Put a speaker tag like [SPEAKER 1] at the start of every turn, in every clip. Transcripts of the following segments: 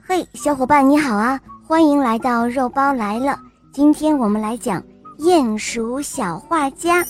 [SPEAKER 1] 嘿，小伙伴你好啊，欢迎来到肉包来了。今天我们来讲鼹鼠小画家。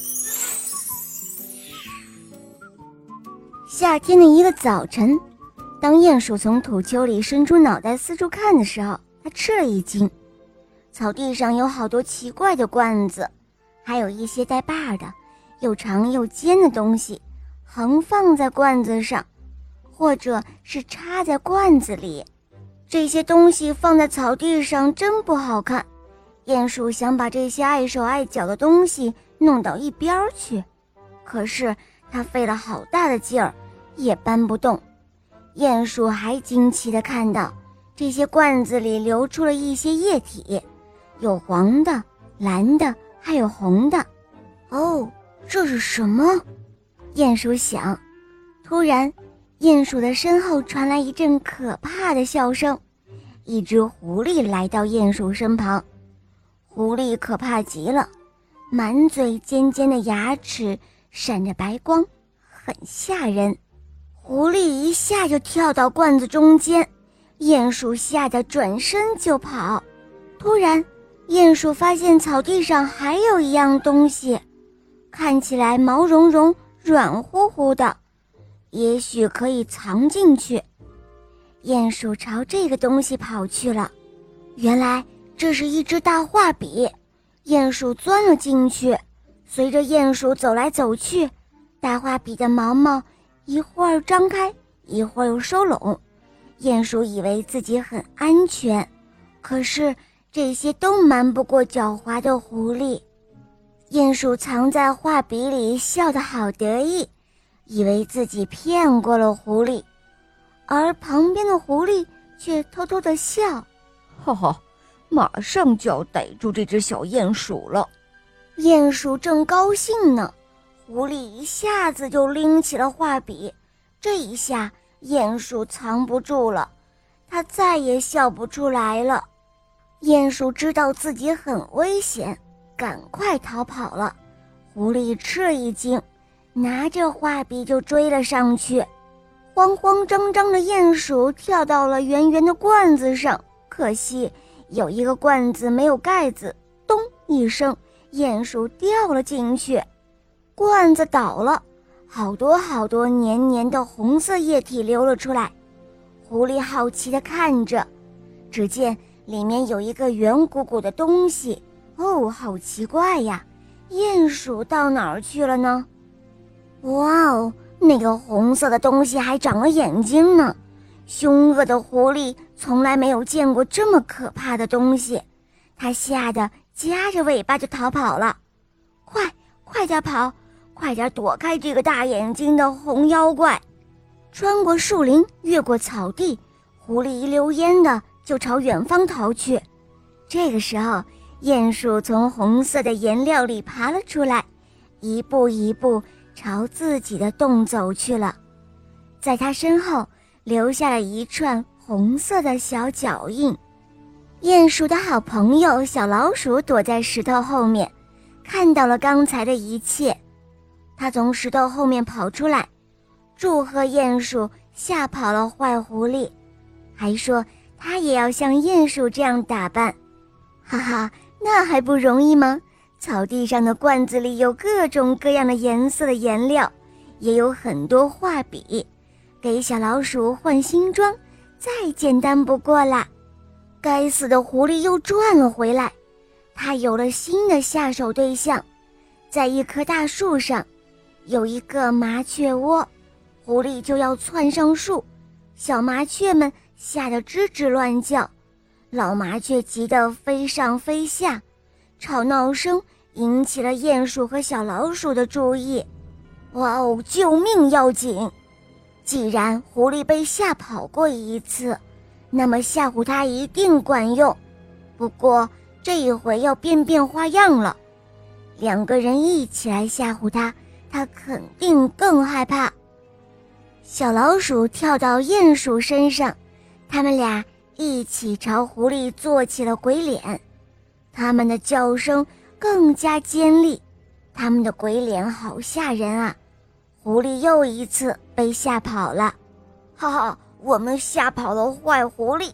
[SPEAKER 1] 夏天的一个早晨，当鼹鼠从土丘里伸出脑袋四处看的时候，他吃了一惊。草地上有好多奇怪的罐子，还有一些带把的又长又尖的东西横放在罐子上，或者是插在罐子里。这些东西放在草地上真不好看，鼹鼠想把这些碍手碍脚的东西弄到一边去，可是他费了好大的劲儿也搬不动。鼹鼠还惊奇地看到这些罐子里流出了一些液体，有黄的、蓝的，还有红的。哦，这是什么？鼹鼠想。突然鼹鼠的身后传来一阵可怕的笑声，一只狐狸来到鼹鼠身旁。狐狸可怕极了，满嘴尖尖的牙齿闪着白光，很吓人。狐狸一下就跳到罐子中间，鼹鼠吓得转身就跑。突然鼹鼠发现草地上还有一样东西，看起来毛茸茸软乎乎的，也许可以藏进去。鼹鼠朝这个东西跑去了，原来这是一支大画笔。鼹鼠钻了进去，随着鼹鼠走来走去，大画笔的毛毛一会儿张开，一会儿又收拢。鼹鼠以为自己很安全，可是这些都瞒不过狡猾的狐狸。鼹鼠藏在画笔里，笑得好得意，以为自己骗过了狐狸，而旁边的狐狸却偷偷地笑，
[SPEAKER 2] 哈哈，马上就要逮住这只小鼹鼠了。
[SPEAKER 1] 鼹鼠正高兴呢，狐狸一下子就拎起了画笔，这一下鼹鼠藏不住了，他再也笑不出来了。鼹鼠知道自己很危险，赶快逃跑了。狐狸吃了一惊，拿着画笔就追了上去。慌慌张张的鼹鼠跳到了圆圆的罐子上，可惜有一个罐子没有盖子，咚一声，鼹鼠掉了进去。罐子倒了，好多好多黏黏的红色液体流了出来。狐狸好奇地看着，只见里面有一个圆鼓鼓的东西。哦，好奇怪呀，鼹鼠到哪儿去了呢？哇哦，那个红色的东西还长了眼睛呢。凶恶的狐狸从来没有见过这么可怕的东西，它吓得夹着尾巴就逃跑了。快点跑，快点躲开这个大眼睛的红妖怪。穿过树林，越过草地，狐狸一溜烟的就朝远方逃去。这个时候鼹鼠从红色的颜料里爬了出来，一步一步朝自己的洞走去了。在他身后留下了一串红色的小脚印。鼹鼠的好朋友小老鼠躲在石头后面，看到了刚才的一切。他从石头后面跑出来，祝贺鼹鼠吓跑了坏狐狸，还说他也要像鼹鼠这样打扮。哈哈，那还不容易吗？草地上的罐子里有各种各样的颜色的颜料，也有很多画笔，给小老鼠换新装再简单不过啦。该死的狐狸又转了回来，他有了新的下手对象。在一棵大树上有一个麻雀窝，狐狸就要窜上树，小麻雀们吓得吱吱乱叫，老麻雀急得飞上飞下，吵闹声引起了鼹鼠和小老鼠的注意。哇哦，救命要紧！既然狐狸被吓跑过一次，那么吓唬它一定管用。不过这一回要变花样了，两个人一起来吓唬它，它肯定更害怕。小老鼠跳到鼹鼠身上，他们俩一起朝狐狸做起了鬼脸，他们的叫声更加尖利，他们的鬼脸好吓人啊！狐狸又一次被吓跑了。哈哈，我们吓跑了坏狐狸，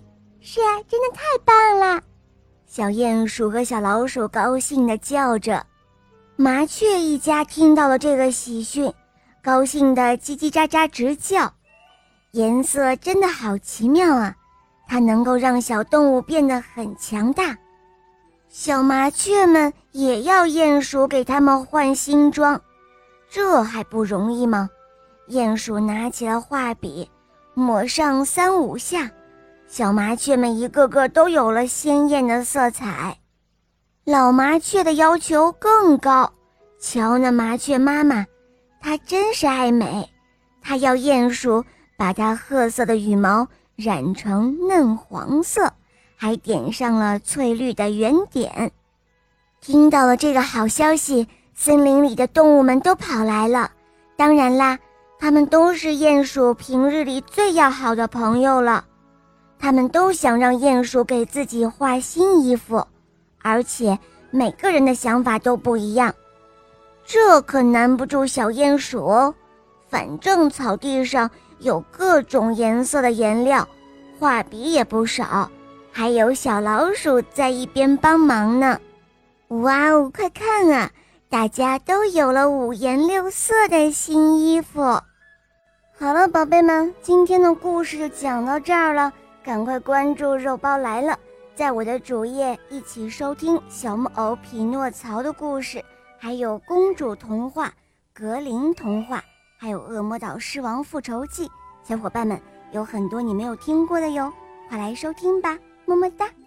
[SPEAKER 1] 是啊，真的太棒了！小鼹鼠和小老鼠高兴地叫着。麻雀一家听到了这个喜讯，高兴地叽叽喳喳直叫。颜色真的好奇妙啊，它能够让小动物变得很强大。小麻雀们也要鼹鼠给它们换新装，这还不容易吗？鼹鼠拿起了画笔，抹上3、5下，小麻雀们一个个都有了鲜艳的色彩。老麻雀的要求更高，瞧那麻雀妈妈，她真是爱美，她要鼹鼠把它褐色的羽毛染成嫩黄色，还点上了翠绿的圆点。听到了这个好消息，森林里的动物们都跑来了，当然啦，它们都是鼹鼠平日里最要好的朋友了。他们都想让鼹鼠给自己画新衣服，而且每个人的想法都不一样，这可难不住小鼹鼠哦。反正草地上有各种颜色的颜料，画笔也不少，还有小老鼠在一边帮忙呢。哇哦，快看啊，大家都有了5颜6色的新衣服。好了，宝贝们，今天的故事就讲到这儿了，赶快关注肉包来了，在我的主页一起收听小木偶匹诺曹的故事，还有公主童话、格林童话，还有恶魔岛狮王复仇记。小伙伴们，有很多你没有听过的哟，快来收听吧，么么哒。